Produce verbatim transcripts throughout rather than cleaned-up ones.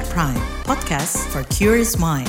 K B Prime, podcast for curious mind.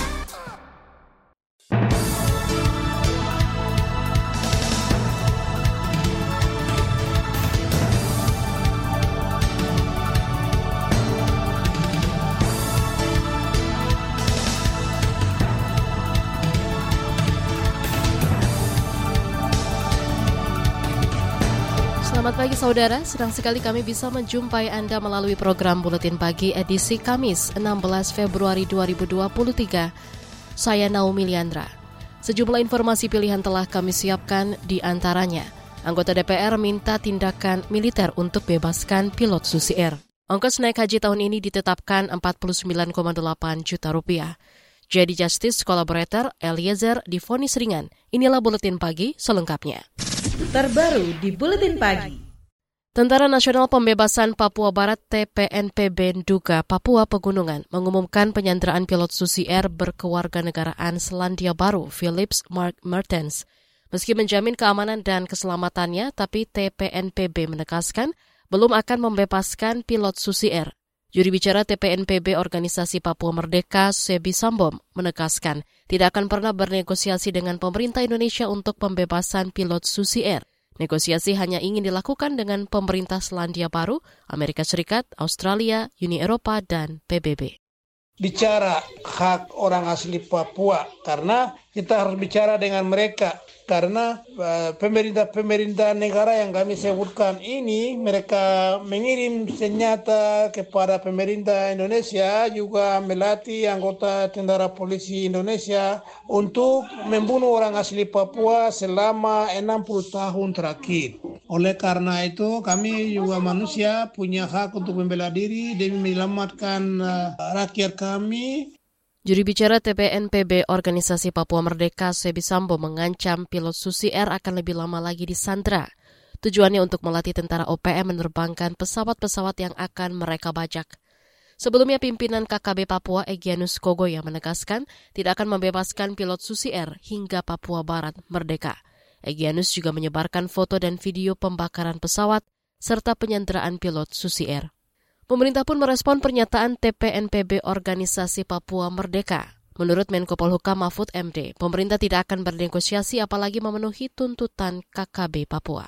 Selamat pagi saudara, senang sekali kami bisa menjumpai Anda melalui program Buletin Pagi edisi Kamis enam belas Februari dua ribu dua puluh tiga. Saya Naomi Liandra. Sejumlah informasi pilihan telah kami siapkan, di antaranya anggota D P R minta tindakan militer untuk bebaskan pilot Susi Air. Ongkos naik haji tahun ini ditetapkan empat puluh sembilan koma delapan juta rupiah. Jadi Justice Collaborator Eliezer divonis ringan. Inilah Buletin Pagi selengkapnya. Terbaru di Buletin Pagi. Tentara Nasional Pembebasan Papua Barat T P N P B Nduga Papua Pegunungan mengumumkan penyanderaan pilot Susi Air berkewarganegaraan Selandia Baru Philips Mark Mertens. Meski menjamin keamanan dan keselamatannya, tapi T P N P B menegaskan belum akan membebaskan pilot Susi Air. Juri bicara T P N P B Organisasi Papua Merdeka Sebi Sambom menegaskan tidak akan pernah bernegosiasi dengan pemerintah Indonesia untuk pembebasan pilot Susi Air. Negosiasi hanya ingin dilakukan dengan pemerintah Selandia Baru, Amerika Serikat, Australia, Uni Eropa, dan P B B. Bicara hak orang asli Papua, karena kita harus bicara dengan mereka. Karena uh, pemerintah-pemerintah negara yang kami sebutkan ini, mereka mengirim senjata kepada pemerintah Indonesia, juga melatih anggota tentara polisi Indonesia untuk membunuh orang asli Papua selama enam puluh tahun terakhir. Oleh karena itu, kami juga manusia punya hak untuk membela diri demi menyelamatkan uh, rakyat kami. Juri bicara T P N P B Organisasi Papua Merdeka Sebi Sambo mengancam pilot Susi Air akan lebih lama lagi disandra. Tujuannya untuk melatih tentara O P M menerbangkan pesawat-pesawat yang akan mereka bajak. Sebelumnya pimpinan K K B Papua Egyanus Kogoya menegaskan tidak akan membebaskan pilot Susi Air hingga Papua Barat merdeka. Egyanus juga menyebarkan foto dan video pembakaran pesawat serta penyanderaan pilot Susi Air. Pemerintah pun merespon pernyataan T P N P B Organisasi Papua Merdeka. Menurut Menko Polhukam Mahfud M D, pemerintah tidak akan bernegosiasi apalagi memenuhi tuntutan K K B Papua.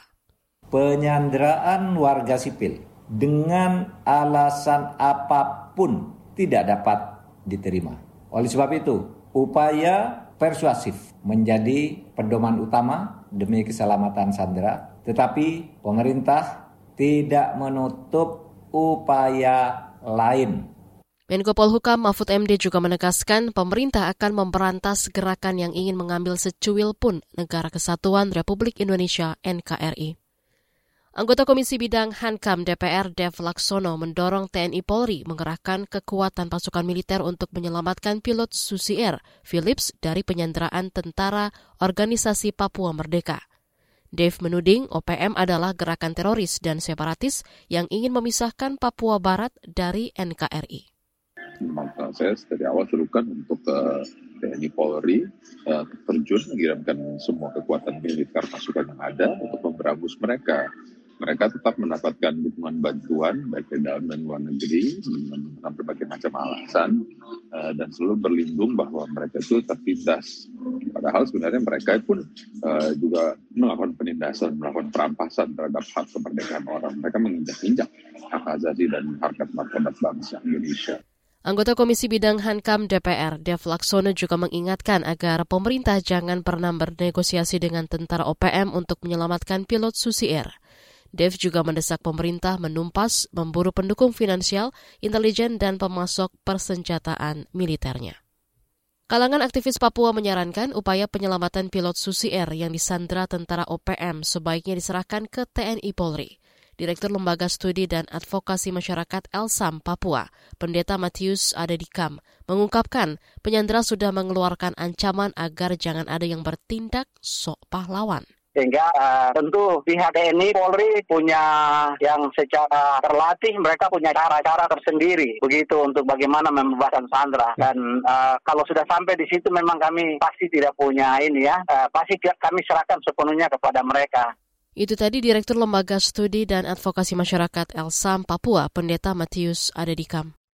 Penyanderaan warga sipil dengan alasan apapun tidak dapat diterima. Oleh sebab itu, upaya persuasif menjadi pedoman utama demi keselamatan sandera, tetapi pemerintah tidak menutup upaya lain. Menko Polhukam Mahfud M D juga menegaskan pemerintah akan memberantas gerakan yang ingin mengambil secuil pun Negara Kesatuan Republik Indonesia N K R I. Anggota Komisi Bidang Hankam D P R Dev Laksono mendorong T N I Polri mengerahkan kekuatan pasukan militer untuk menyelamatkan pilot Susi Air Philips dari penyanderaan tentara Organisasi Papua Merdeka. Dev menuding O P M adalah gerakan teroris dan separatis yang ingin memisahkan Papua Barat dari N K R I. Maka saya dari awal serukan untuk uh, T N I Polri uh, terjun mengirimkan semua kekuatan militer pasukan yang ada untuk memberangus mereka. Mereka tetap mendapatkan dukungan bantuan baik di dalam dan luar negeri dengan berbagai macam alasan uh, dan selalu berlindung bahwa mereka itu tertindas. Padahal sebenarnya mereka pun uh, juga melakukan penindasan, melakukan perampasan terhadap hak kemerdekaan orang. Mereka menginjak-injak hak asasi dan harkat martabat bangsa Indonesia. Anggota Komisi Bidang Hankam D P R, Dev Laksono juga mengingatkan agar pemerintah jangan pernah bernegosiasi dengan tentara O P M untuk menyelamatkan pilot Susi Air. Dev juga mendesak pemerintah menumpas, memburu pendukung finansial, intelijen, dan pemasok persenjataan militernya. Kalangan aktivis Papua menyarankan upaya penyelamatan pilot Susi Air yang disandra tentara O P M sebaiknya diserahkan ke T N I Polri. Direktur Lembaga Studi dan Advokasi Masyarakat Elsam Papua, Pendeta Matius Adedikam, mengungkapkan penyandera sudah mengeluarkan ancaman agar jangan ada yang bertindak sok pahlawan. Sehingga uh, tentu pihak T N I Polri punya yang secara terlatih, mereka punya cara-cara tersendiri begitu untuk bagaimana membebaskan sandera. Dan uh, kalau sudah sampai di situ memang kami pasti tidak punya ini ya, uh, pasti kami serahkan sepenuhnya kepada mereka. Itu tadi Direktur Lembaga Studi dan Advokasi Masyarakat Elsam Papua, Pendeta Matius Adedikam.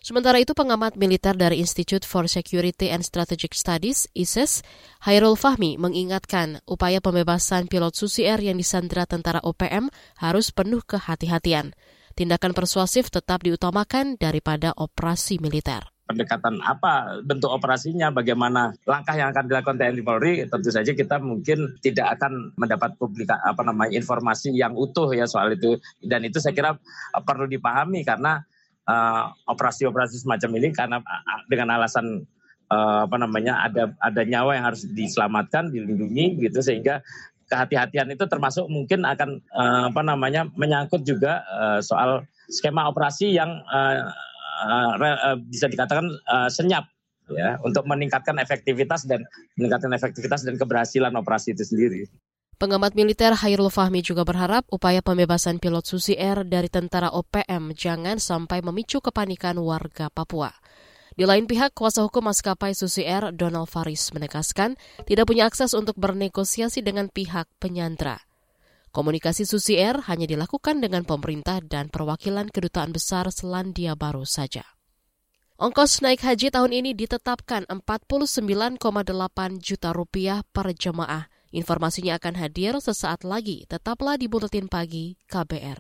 Sementara itu, pengamat militer dari Institute for Security and Strategic Studies, I S I S, Hairul Fahmi mengingatkan upaya pembebasan pilot Susi Air yang disandera tentara O P M harus penuh kehati-hatian. Tindakan persuasif tetap diutamakan daripada operasi militer. Pendekatan apa bentuk operasinya, bagaimana langkah yang akan dilakukan T N I Polri, tentu saja kita mungkin tidak akan mendapat publika apa namanya informasi yang utuh ya soal itu, dan itu saya kira perlu dipahami karena uh, operasi-operasi semacam ini karena uh, dengan alasan uh, apa namanya ada ada nyawa yang harus diselamatkan, dilindungi gitu, sehingga kehati-hatian itu termasuk mungkin akan uh, apa namanya menyangkut juga uh, soal skema operasi yang uh, Uh, uh, bisa dikatakan uh, senyap ya untuk meningkatkan efektivitas dan meningkatkan efektivitas dan keberhasilan operasi itu sendiri. Pengamat militer Hairul Fahmi juga berharap upaya pembebasan pilot Susi Air dari tentara O P M jangan sampai memicu kepanikan warga Papua. Di lain pihak, kuasa hukum maskapai Susi Air Donald Faris menegaskan tidak punya akses untuk bernegosiasi dengan pihak penyandra. Komunikasi Susi Air hanya dilakukan dengan pemerintah dan perwakilan Kedutaan Besar Selandia Baru saja. Ongkos naik haji tahun ini ditetapkan empat puluh sembilan koma delapan juta rupiah per jemaah. Informasinya akan hadir sesaat lagi. Tetaplah di Buletin Pagi K B R.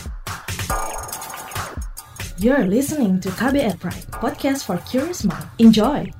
You're listening to K B R Pride, podcast for curious mind. Enjoy!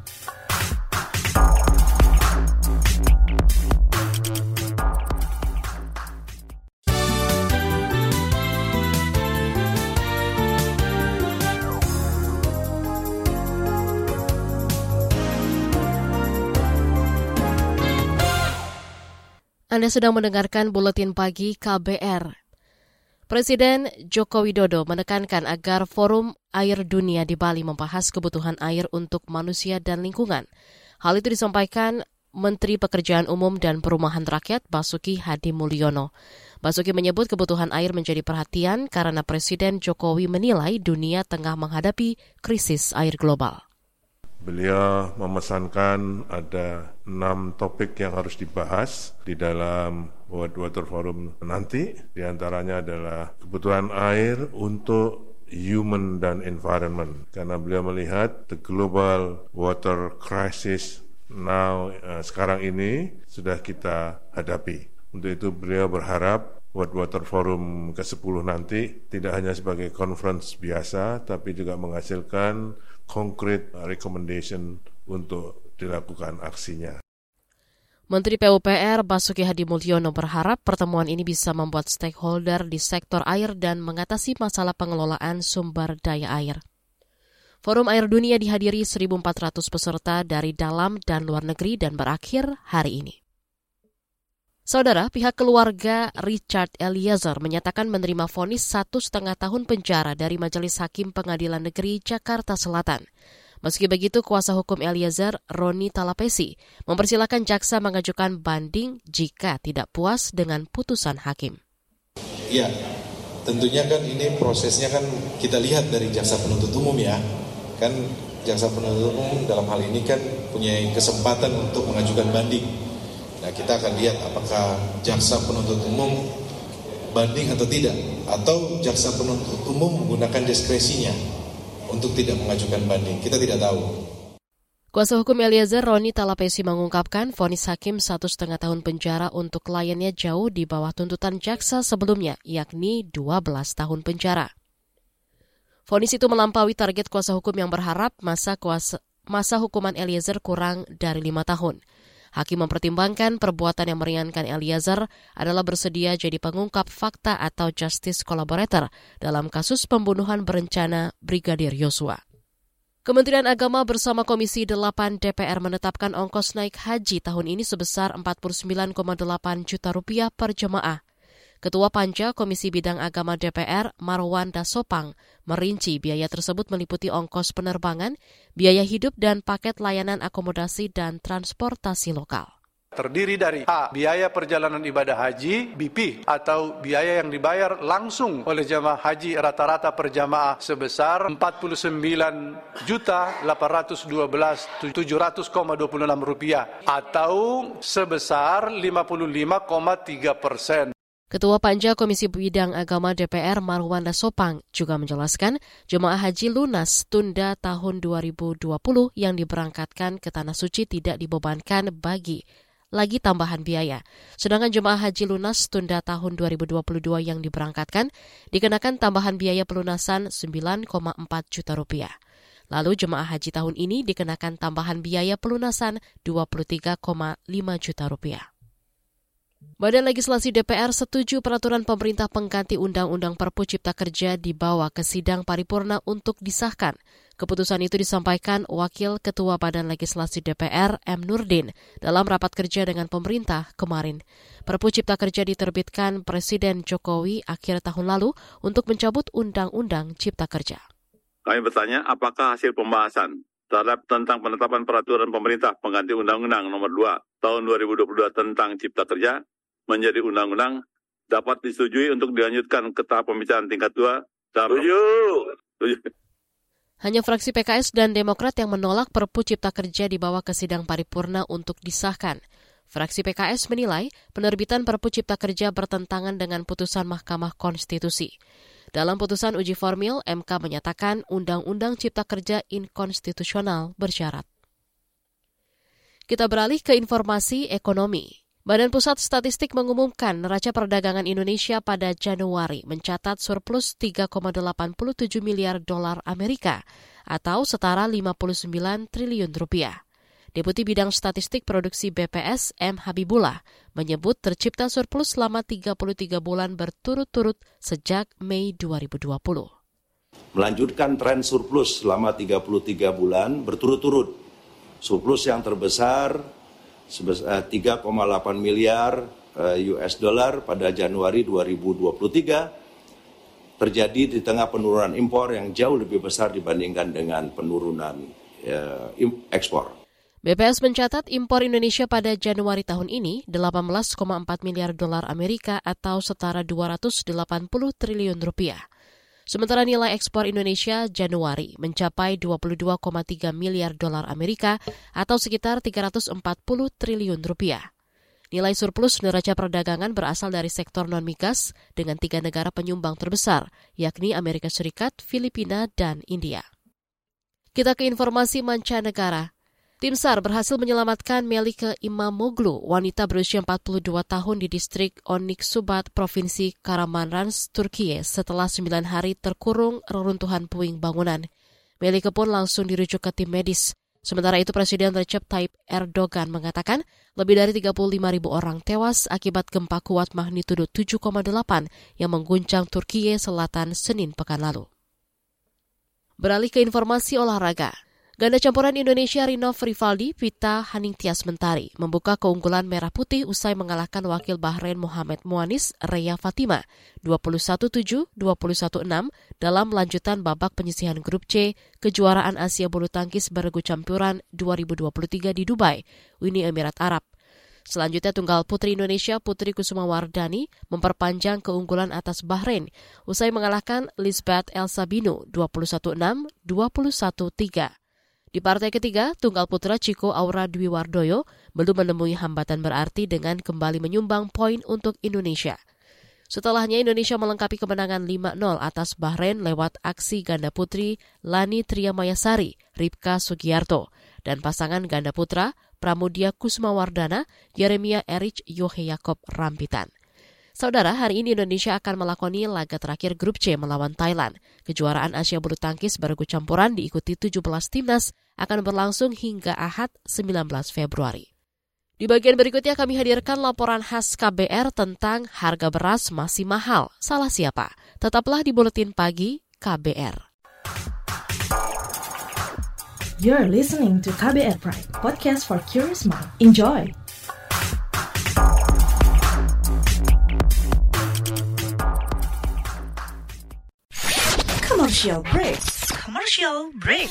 Anda sedang mendengarkan Buletin Pagi K B R. Presiden Joko Widodo menekankan agar Forum Air Dunia di Bali membahas kebutuhan air untuk manusia dan lingkungan. Hal itu disampaikan Menteri Pekerjaan Umum dan Perumahan Rakyat Basuki Hadi Mulyono. Basuki menyebut kebutuhan air menjadi perhatian karena Presiden Jokowi menilai dunia tengah menghadapi krisis air global. Beliau memesankan ada enam topik yang harus dibahas di dalam World Water Forum nanti. Di antaranya adalah kebutuhan air untuk human dan environment. Karena beliau melihat the global water crisis now uh, sekarang ini sudah kita hadapi. Untuk itu beliau berharap World Water Forum ke sepuluh nanti tidak hanya sebagai conference biasa, tapi juga menghasilkan concrete recommendation untuk dilakukan aksinya. Menteri P U P R Basuki Hadi Mulyono berharap pertemuan ini bisa membuat stakeholder di sektor air dan mengatasi masalah pengelolaan sumber daya air. Forum Air Dunia dihadiri seribu empat ratus peserta dari dalam dan luar negeri dan berakhir hari ini. Saudara, pihak keluarga Richard Eliezer menyatakan menerima vonis satu setengah tahun penjara dari Majelis Hakim Pengadilan Negeri Jakarta Selatan. Meski begitu, kuasa hukum Eliezer, Roni Talapesi, mempersilakan jaksa mengajukan banding jika tidak puas dengan putusan hakim. Ya, tentunya kan ini prosesnya kan kita lihat dari jaksa penuntut umum ya. Kan jaksa penuntut umum dalam hal ini kan punya kesempatan untuk mengajukan banding. Nah, kita akan lihat apakah jaksa penuntut umum banding atau tidak, atau jaksa penuntut umum menggunakan diskresinya untuk tidak mengajukan banding. Kita tidak tahu. Kuasa hukum Eliezer, Roni Talapesi, mengungkapkan vonis hakim satu setengah tahun penjara untuk kliennya jauh di bawah tuntutan jaksa sebelumnya, yakni dua belas tahun penjara. Vonis itu melampaui target kuasa hukum yang berharap masa kuasa masa hukuman Eliezer kurang dari lima tahun. Hakim mempertimbangkan perbuatan yang meringankan Eliezer adalah bersedia jadi pengungkap fakta atau justice collaborator dalam kasus pembunuhan berencana Brigadir Yosua. Kementerian Agama bersama Komisi delapan D P R menetapkan ongkos naik haji tahun ini sebesar empat puluh sembilan koma delapan juta rupiah per jemaah. Ketua Panja Komisi Bidang Agama D P R, Marwan Dasopang, merinci biaya tersebut meliputi ongkos penerbangan, biaya hidup, dan paket layanan akomodasi dan transportasi lokal. Terdiri dari A. Biaya perjalanan ibadah haji, B P, atau biaya yang dibayar langsung oleh jamaah haji rata-rata per jamaah sebesar empat puluh sembilan juta delapan ratus dua belas ribu tujuh ratus koma dua puluh enam rupiah, atau sebesar lima puluh lima koma tiga persen. Ketua Panja Komisi Bidang Agama D P R Marwanda Sopang juga menjelaskan jemaah haji lunas tunda tahun dua ribu dua puluh yang diberangkatkan ke Tanah Suci tidak dibebankan bagi lagi tambahan biaya. Sedangkan jemaah haji lunas tunda tahun dua ribu dua puluh dua yang diberangkatkan dikenakan tambahan biaya pelunasan sembilan koma empat juta rupiah. Lalu jemaah haji tahun ini dikenakan tambahan biaya pelunasan dua puluh tiga koma lima juta rupiah. Badan Legislasi D P R setuju peraturan pemerintah pengganti Undang-Undang Perpu Cipta Kerja dibawa ke sidang paripurna untuk disahkan. Keputusan itu disampaikan Wakil Ketua Badan Legislasi D P R M. Nurdin dalam rapat kerja dengan pemerintah kemarin. Perpu Cipta Kerja diterbitkan Presiden Jokowi akhir tahun lalu untuk mencabut Undang-Undang Cipta Kerja. Kami bertanya apakah hasil pembahasan terhadap tentang penetapan peraturan pemerintah pengganti Undang-Undang Nomor dua Tahun dua ribu dua puluh dua tentang Cipta Kerja menjadi undang-undang dapat disetujui untuk dilanjutkan ke tahap pembicaraan tingkat dua. Setuju. Hanya fraksi P K S dan Demokrat yang menolak Perpu Cipta Kerja dibawa ke sidang paripurna untuk disahkan. Fraksi P K S menilai penerbitan Perpu Cipta Kerja bertentangan dengan putusan Mahkamah Konstitusi. Dalam putusan uji formil, M K menyatakan Undang-Undang Cipta Kerja inkonstitusional bersyarat. Kita beralih ke informasi ekonomi. Badan Pusat Statistik mengumumkan neraca perdagangan Indonesia pada Januari mencatat surplus tiga koma delapan tujuh miliar dolar Amerika atau setara lima puluh sembilan triliun rupiah. Deputi Bidang Statistik Produksi B P S M. Habibullah menyebut tercipta surplus selama tiga puluh tiga bulan berturut-turut sejak Mei dua ribu dua puluh. Melanjutkan tren surplus selama tiga puluh tiga bulan berturut-turut. Surplus yang terbesar sebesar tiga koma delapan miliar U S dollar pada Januari dua ribu dua puluh tiga terjadi di tengah penurunan impor yang jauh lebih besar dibandingkan dengan penurunan ya, ekspor. B P S mencatat impor Indonesia pada Januari tahun ini delapan belas koma empat miliar dolar Amerika atau setara dua ratus delapan puluh triliun rupiah. Sementara nilai ekspor Indonesia Januari mencapai dua puluh dua koma tiga miliar dolar Amerika atau sekitar tiga ratus empat puluh triliun rupiah. Nilai surplus neraca perdagangan berasal dari sektor non-migas dengan tiga negara penyumbang terbesar, yakni Amerika Serikat, Filipina, dan India. Kita ke informasi mancanegara. Tim S A R berhasil menyelamatkan Melike Imamoglu, wanita berusia empat puluh dua tahun di distrik Onik-Subat, Provinsi Kahramanmaraş, Turkiye, setelah sembilan hari terkurung reruntuhan puing bangunan. Melike pun langsung dirujuk ke tim medis. Sementara itu Presiden Recep Tayyip Erdogan mengatakan lebih dari tiga puluh lima ribu orang tewas akibat gempa kuat magnitudo tujuh koma delapan yang mengguncang Turkiye Selatan Senin pekan lalu. Beralih ke informasi olahraga. Ganda campuran Indonesia Rinov Rivaldi, Vita Haningtyas Mentari membuka keunggulan merah putih usai mengalahkan wakil Bahrain Mohamed Muanis Rea Fatima dua puluh satu tujuh, dua puluh satu enam dalam lanjutan babak penyisihan grup C kejuaraan Asia Bulu Tangkis Bergu Campuran dua ribu dua puluh tiga di Dubai, Uni Emirat Arab. Selanjutnya tunggal putri Indonesia Putri Kusuma Wardani memperpanjang keunggulan atas Bahrain usai mengalahkan Lisbeth Elsabinu dua puluh satu enam, dua puluh satu tiga. Di partai ketiga, tunggal putra Chico Aura Dwi Wardoyo belum menemui hambatan berarti dengan kembali menyumbang poin untuk Indonesia. Setelahnya Indonesia melengkapi kemenangan lima nol atas Bahrain lewat aksi ganda putri Lani Triamayasari, Ripka Sugiarto, dan pasangan ganda putra Pramudia Kusumawardana, Yeremia Erich Yohe Yakob Rambitan. Saudara, hari ini Indonesia akan melakoni laga terakhir grup C melawan Thailand. Kejuaraan Asia Bulu Tangkis Bergu Campuran diikuti tujuh belas timnas akan berlangsung hingga Ahad sembilan belas Februari. Di bagian berikutnya kami hadirkan laporan khas K B R tentang harga beras masih mahal. Salah siapa? Tetaplah di Buletin Pagi K B R. You're listening to K B R Pride, podcast for curious mind. Enjoy! Commercial break. Commercial break.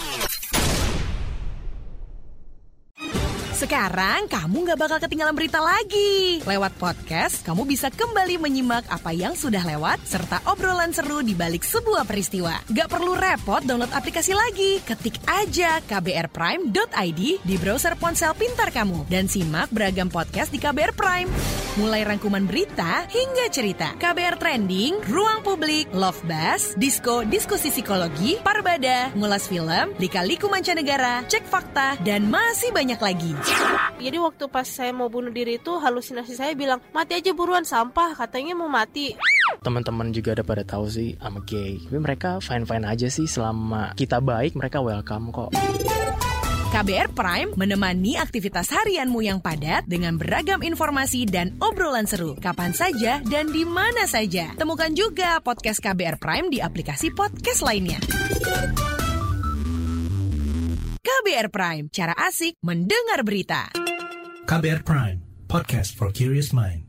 Sekarang kamu gak bakal ketinggalan berita lagi. Lewat podcast, kamu bisa kembali menyimak apa yang sudah lewat serta obrolan seru di balik sebuah peristiwa. Gak perlu repot download aplikasi lagi. Ketik aja k b r prime dot i d di browser ponsel pintar kamu dan simak beragam podcast di K B R Prime. Mulai rangkuman berita hingga cerita. K B R Trending, Ruang Publik, Love Buzz, Disko, Diskusi Psikologi, Parbada, Ngulas Film, Lika-Liku Mancanegara, Cek Fakta, dan masih banyak lagi. Jadi waktu pas saya mau bunuh diri itu halusinasi saya bilang, mati aja buruan, sampah, katanya mau mati. Teman-teman juga ada pada tahu sih I'm gay, tapi mereka fine-fine aja sih, selama kita baik mereka welcome kok. K B R Prime menemani aktivitas harianmu yang padat dengan beragam informasi dan obrolan seru. Kapan saja dan di mana saja. Temukan juga podcast K B R Prime di aplikasi podcast lainnya. K B R Prime, cara asik mendengar berita. K B R Prime, podcast for curious mind.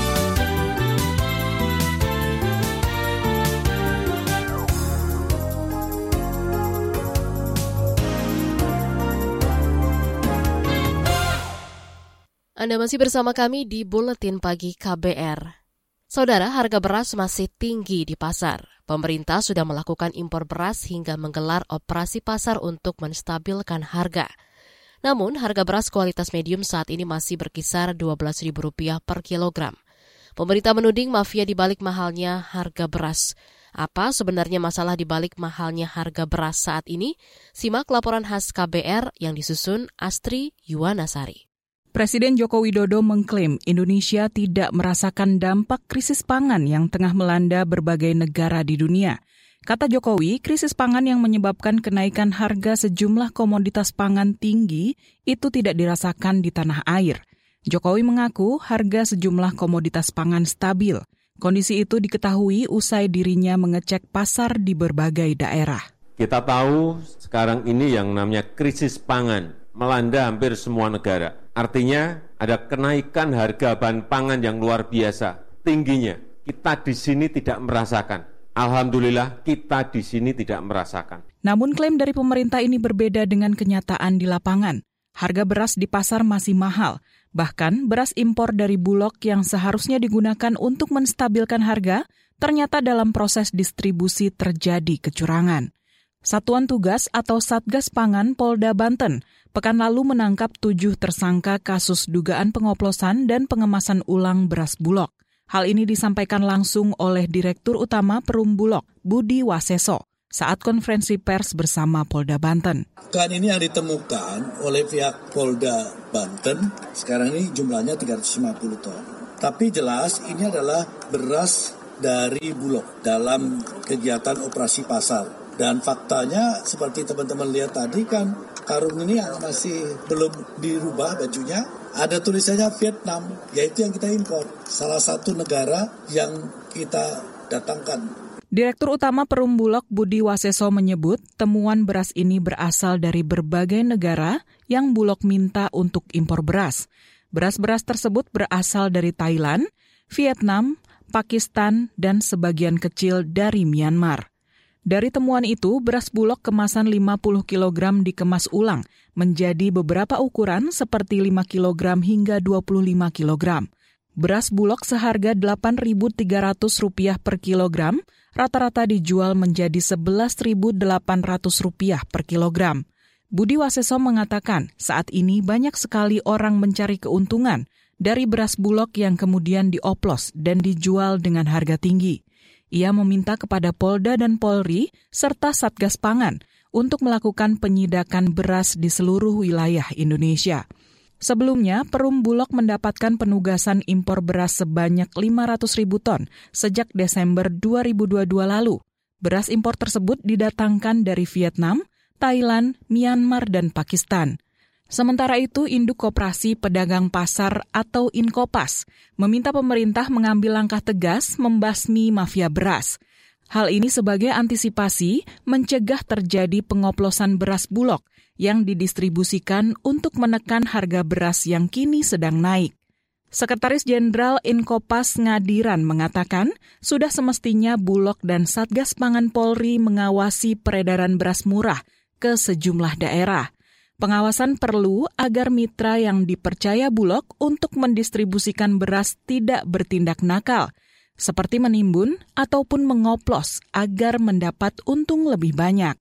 Anda masih bersama kami di Buletin Pagi K B R. Saudara, harga beras masih tinggi di pasar. Pemerintah sudah melakukan impor beras hingga menggelar operasi pasar untuk menstabilkan harga. Namun, harga beras kualitas medium saat ini masih berkisar dua belas ribu rupiah per kilogram. Pemerintah menuding mafia di balik mahalnya harga beras. Apa sebenarnya masalah di balik mahalnya harga beras saat ini? Simak laporan khas K B R yang disusun Astri Yuwanasari. Presiden Joko Widodo mengklaim Indonesia tidak merasakan dampak krisis pangan yang tengah melanda berbagai negara di dunia. Kata Jokowi, krisis pangan yang menyebabkan kenaikan harga sejumlah komoditas pangan tinggi itu tidak dirasakan di tanah air. Jokowi mengaku harga sejumlah komoditas pangan stabil. Kondisi itu diketahui usai dirinya mengecek pasar di berbagai daerah. Kita tahu sekarang ini yang namanya krisis pangan melanda hampir semua negara. Artinya ada kenaikan harga bahan pangan yang luar biasa tingginya. Kita di sini tidak merasakan. Alhamdulillah kita di sini tidak merasakan. Namun klaim dari pemerintah ini berbeda dengan kenyataan di lapangan. Harga beras di pasar masih mahal. Bahkan beras impor dari Bulog yang seharusnya digunakan untuk menstabilkan harga, ternyata dalam proses distribusi terjadi kecurangan. Satuan Tugas atau Satgas Pangan Polda Banten pekan lalu menangkap tujuh tersangka kasus dugaan pengoplosan dan pengemasan ulang beras Bulog. Hal ini disampaikan langsung oleh Direktur Utama Perum Bulog, Budi Waseso, saat konferensi pers bersama Polda Banten. Kan ini yang ditemukan oleh pihak Polda Banten, sekarang ini jumlahnya tiga ratus lima puluh ton. Tapi jelas ini adalah beras dari Bulog dalam kegiatan operasi pasar. Dan faktanya seperti teman-teman lihat tadi kan karung ini yang masih belum dirubah bajunya. Ada tulisannya Vietnam, yaitu yang kita impor. Salah satu negara yang kita datangkan. Direktur Utama Perum Bulog Budi Waseso menyebut temuan beras ini berasal dari berbagai negara yang Bulog minta untuk impor beras. Beras-beras tersebut berasal dari Thailand, Vietnam, Pakistan, dan sebagian kecil dari Myanmar. Dari temuan itu, beras Bulog kemasan lima puluh kilogram dikemas ulang menjadi beberapa ukuran seperti lima kilogram hingga dua puluh lima kilogram. Beras Bulog seharga delapan ribu tiga ratus rupiah per kilogram, rata-rata dijual menjadi sebelas ribu delapan ratus rupiah per kilogram. Budi Waseso mengatakan saat ini banyak sekali orang mencari keuntungan dari beras Bulog yang kemudian dioplos dan dijual dengan harga tinggi. Ia meminta kepada Polda dan Polri serta Satgas Pangan untuk melakukan penyidakan beras di seluruh wilayah Indonesia. Sebelumnya, Perum Bulog mendapatkan penugasan impor beras sebanyak lima ratus ribu ton sejak Desember dua ribu dua puluh dua lalu. Beras impor tersebut didatangkan dari Vietnam, Thailand, Myanmar, dan Pakistan. Sementara itu, Induk Koperasi Pedagang Pasar atau Inkopas meminta pemerintah mengambil langkah tegas membasmi mafia beras. Hal ini sebagai antisipasi mencegah terjadi pengoplosan beras Bulog yang didistribusikan untuk menekan harga beras yang kini sedang naik. Sekretaris Jenderal Inkopas Ngadiran mengatakan, sudah semestinya Bulog dan Satgas Pangan Polri mengawasi peredaran beras murah ke sejumlah daerah. Pengawasan perlu agar mitra yang dipercaya Bulog untuk mendistribusikan beras tidak bertindak nakal, seperti menimbun ataupun mengoplos agar mendapat untung lebih banyak.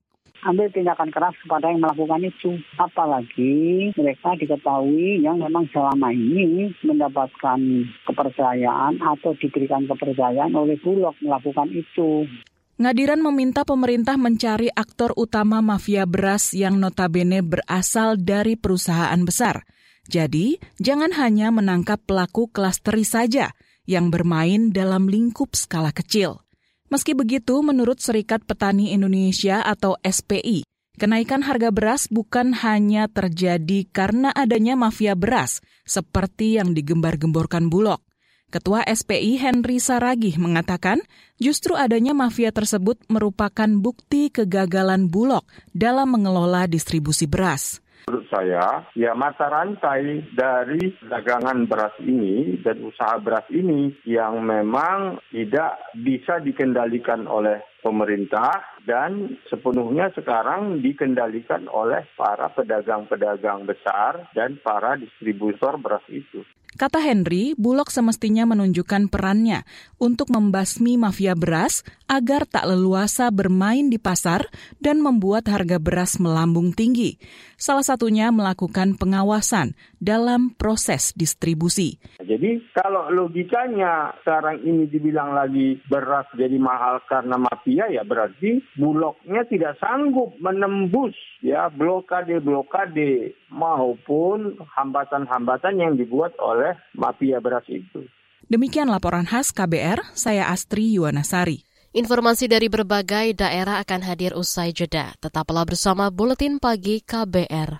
ambil tindakan keras kepada yang melakukan itu. Apalagi mereka diketahui yang memang selama ini mendapatkan kepercayaan atau diberikan kepercayaan oleh Bulog melakukan itu. Ngadiran meminta pemerintah mencari aktor utama mafia beras yang notabene berasal dari perusahaan besar. Jadi, jangan hanya menangkap pelaku klasteri saja yang bermain dalam lingkup skala kecil. Meski begitu, menurut Serikat Petani Indonesia atau S P I, kenaikan harga beras bukan hanya terjadi karena adanya mafia beras seperti yang digembar-gemborkan Bulog. Ketua S P I Henry Saragih mengatakan justru adanya mafia tersebut merupakan bukti kegagalan Bulog dalam mengelola distribusi beras. Menurut saya, ya mata rantai dari dagangan beras ini dan usaha beras ini yang memang tidak bisa dikendalikan oleh pemerintah dan sepenuhnya sekarang dikendalikan oleh para pedagang-pedagang besar dan para distributor beras itu. Kata Henry, Bulog semestinya menunjukkan perannya untuk membasmi mafia beras agar tak leluasa bermain di pasar dan membuat harga beras melambung tinggi. Salah satunya melakukan pengawasan dalam proses distribusi. Jadi kalau logikanya sekarang ini dibilang lagi beras jadi mahal karena mafia, ya berarti Bulognya tidak sanggup menembus ya blokade-blokade maupun hambatan-hambatan yang dibuat oleh mafia beras itu. Demikian laporan khas K B R, saya Astri Yuwanasari. Informasi dari berbagai daerah akan hadir usai jeda. Tetaplah bersama Buletin Pagi K B R.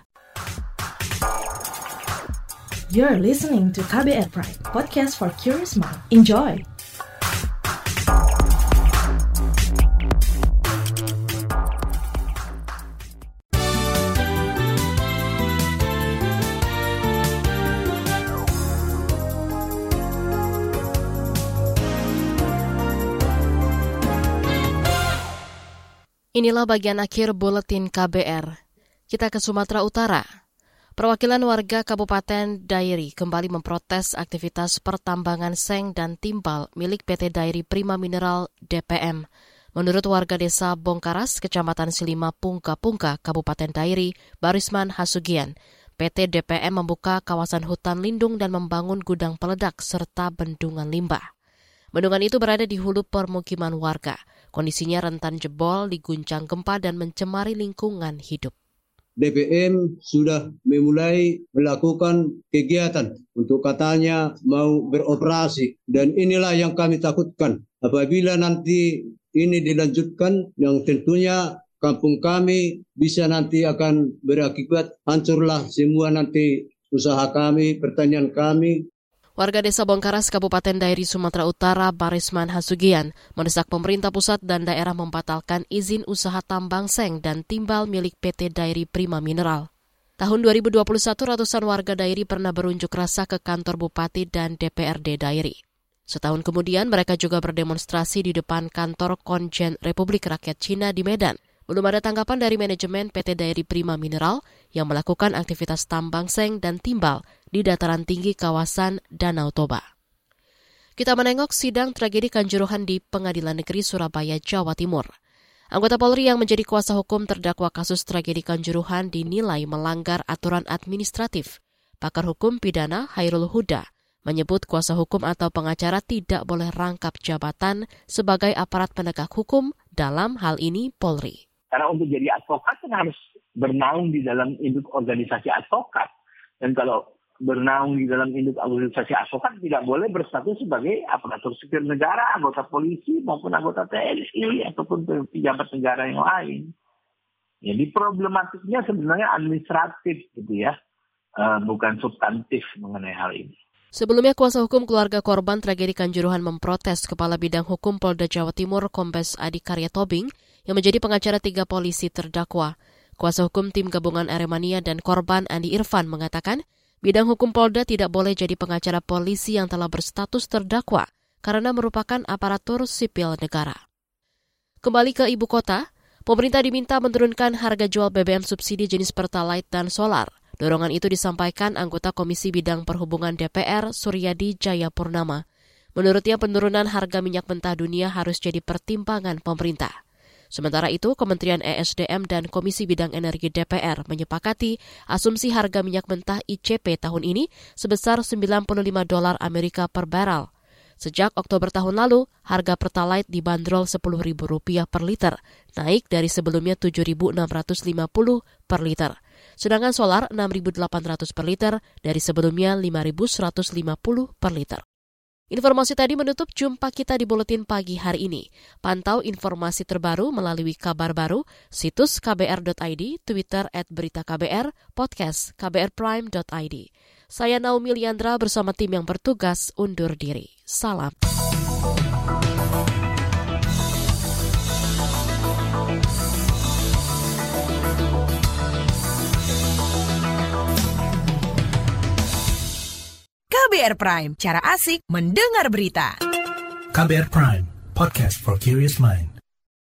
You're listening to K B R Pride, podcast for curious mind. Enjoy! Inilah bagian akhir Buletin K B R. Kita ke Sumatera Utara. Perwakilan warga Kabupaten Dairi kembali memprotes aktivitas pertambangan seng dan timbal milik P T Dairi Prima Mineral D P M. Menurut warga desa Bongkaras, Kecamatan Silima Pungka-Pungka, Kabupaten Dairi, Barisman Hasugian, P T D P M membuka kawasan hutan lindung dan membangun gudang peledak serta bendungan limbah. Bendungan itu berada di hulu permukiman warga. Kondisinya rentan jebol, diguncang gempa dan mencemari lingkungan hidup. D P M sudah memulai melakukan kegiatan untuk katanya mau beroperasi. Dan inilah yang kami takutkan. Apabila nanti ini dilanjutkan, yang tentunya kampung kami bisa nanti akan berakibat hancurlah semua nanti usaha kami, pertanian kami. Warga desa Bongkaras, Kabupaten Dairi, Sumatera Utara, Barisman Hasugian, mendesak pemerintah pusat dan daerah membatalkan izin usaha tambang seng dan timbal milik P T Dairi Prima Mineral. Tahun dua ribu dua puluh satu, ratusan warga Dairi pernah berunjuk rasa ke kantor Bupati dan D P R D Dairi. Setahun kemudian, mereka juga berdemonstrasi di depan kantor Konjen Republik Rakyat Cina di Medan. Belum ada tanggapan dari manajemen P T Dairi Prima Mineral yang melakukan aktivitas tambang seng dan timbal di dataran tinggi kawasan Danau Toba. Kita menengok sidang tragedi Kanjuruhan di Pengadilan Negeri Surabaya, Jawa Timur. Anggota Polri yang menjadi kuasa hukum terdakwa kasus tragedi Kanjuruhan dinilai melanggar aturan administratif. Pakar hukum pidana Hairul Huda menyebut kuasa hukum atau pengacara tidak boleh rangkap jabatan sebagai aparat penegak hukum, dalam hal ini Polri. Karena untuk jadi advokat kan harus bernaung di dalam induk organisasi advokat. Dan kalau bernaung di dalam induk organisasi advokat tidak boleh berstatus sebagai aparatur sipil negara, anggota polisi maupun anggota T N I ataupun pejabat negara yang lain. Jadi problematiknya sebenarnya administratif gitu ya, uh, bukan substantif mengenai hal ini. Sebelumnya, kuasa hukum keluarga korban tragedi Kanjuruhan memprotes Kepala Bidang Hukum Polda Jawa Timur Kombes Adi Karya Tobing yang menjadi pengacara tiga polisi terdakwa. Kuasa hukum tim gabungan Aremania dan korban Andi Irfan mengatakan, Bidang Hukum Polda tidak boleh jadi pengacara polisi yang telah berstatus terdakwa karena merupakan aparatur sipil negara. Kembali ke ibu kota, pemerintah diminta menurunkan harga jual B B M subsidi jenis Pertalite dan solar. Dorongan itu disampaikan anggota Komisi Bidang Perhubungan D P R Suryadi Jayapurnama. Menurutnya penurunan harga minyak mentah dunia harus jadi pertimbangan pemerintah. Sementara itu, Kementerian E S D M dan Komisi Bidang Energi D P R menyepakati asumsi harga minyak mentah I C P tahun ini sebesar sembilan puluh lima dolar Amerika per barel. Sejak Oktober tahun lalu, harga Pertalite dibanderol sepuluh ribu rupiah per liter, naik dari sebelumnya tujuh ribu enam ratus lima puluh per liter. Sedangkan solar enam ribu delapan ratus per liter dari sebelumnya lima ribu seratus lima puluh per liter. Informasi tadi menutup jumpa kita di Buletin Pagi hari ini. Pantau informasi terbaru melalui kabar baru, situs k b r dot i d, Twitter at berita K B R, podcast k b r prime dot i d. Saya Naomi Liandra bersama tim yang bertugas undur diri. Salam. K B R Prime, cara asik mendengar berita. K B R Prime, podcast for curious mind.